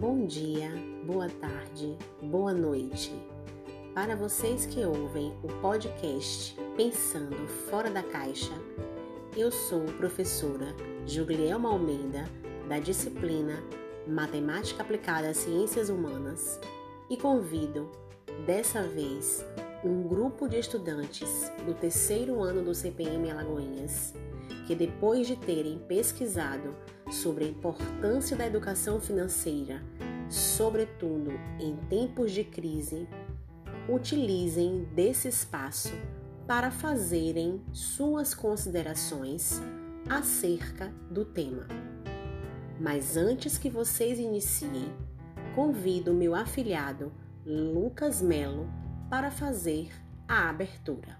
Bom dia, boa tarde, boa noite. Para vocês que ouvem o podcast Pensando Fora da Caixa, eu sou professora Juglielma Almeida, da disciplina Matemática Aplicada às Ciências Humanas, e convido, dessa vez, um grupo de estudantes do terceiro ano do CPM Alagoinhas, que depois de terem pesquisado sobre a importância da educação financeira, sobretudo em tempos de crise, utilizem desse espaço para fazerem suas considerações acerca do tema. Mas antes que vocês iniciem, convido o meu afilhado Lucas Melo para fazer a abertura.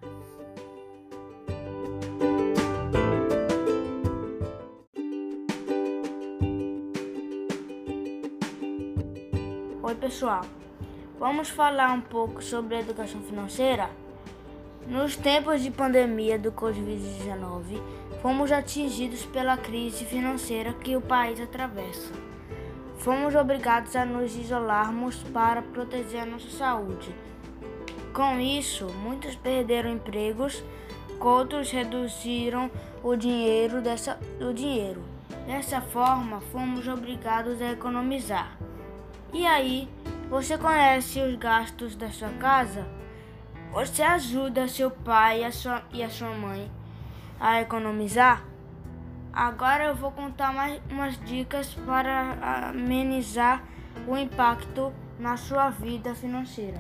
Oi pessoal, vamos falar um pouco sobre a educação financeira? Nos tempos de pandemia do Covid-19, fomos atingidos pela crise financeira que o país atravessa. Fomos obrigados a nos isolarmos para proteger a nossa saúde. Com isso, muitos perderam empregos, outros reduziram o dinheiro. Dessa forma, fomos obrigados a economizar. E aí, você conhece os gastos da sua casa? Você ajuda seu pai e a sua mãe a economizar? Agora eu vou contar mais umas dicas para amenizar o impacto na sua vida financeira.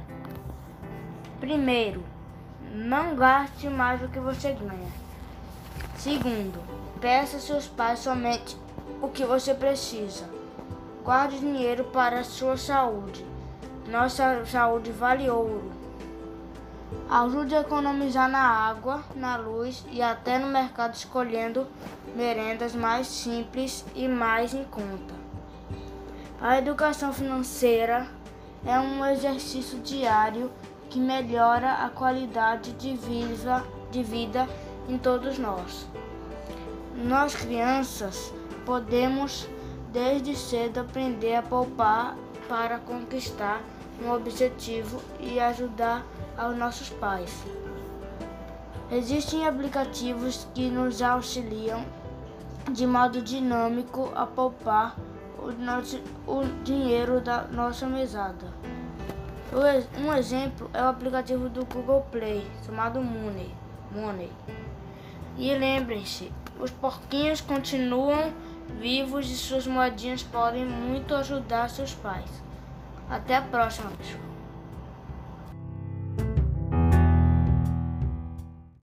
Primeiro, não gaste mais do que você ganha. Segundo, peça a seus pais somente o que você precisa. Guarde dinheiro para a sua saúde. Nossa saúde vale ouro. Ajude a economizar na água, na luz e até no mercado, escolhendo merendas mais simples e mais em conta. A educação financeira é um exercício diário que melhora a qualidade de vida em todos nós. Nós, crianças, podemos desde cedo aprender a poupar para conquistar um objetivo e ajudar aos nossos pais. Existem aplicativos que nos auxiliam de modo dinâmico a poupar o dinheiro da nossa mesada. Um exemplo é o aplicativo do Google Play, chamado Money. E lembrem-se, os porquinhos continuam vivos e suas moedinhas podem muito ajudar seus pais. Até a próxima, pessoal.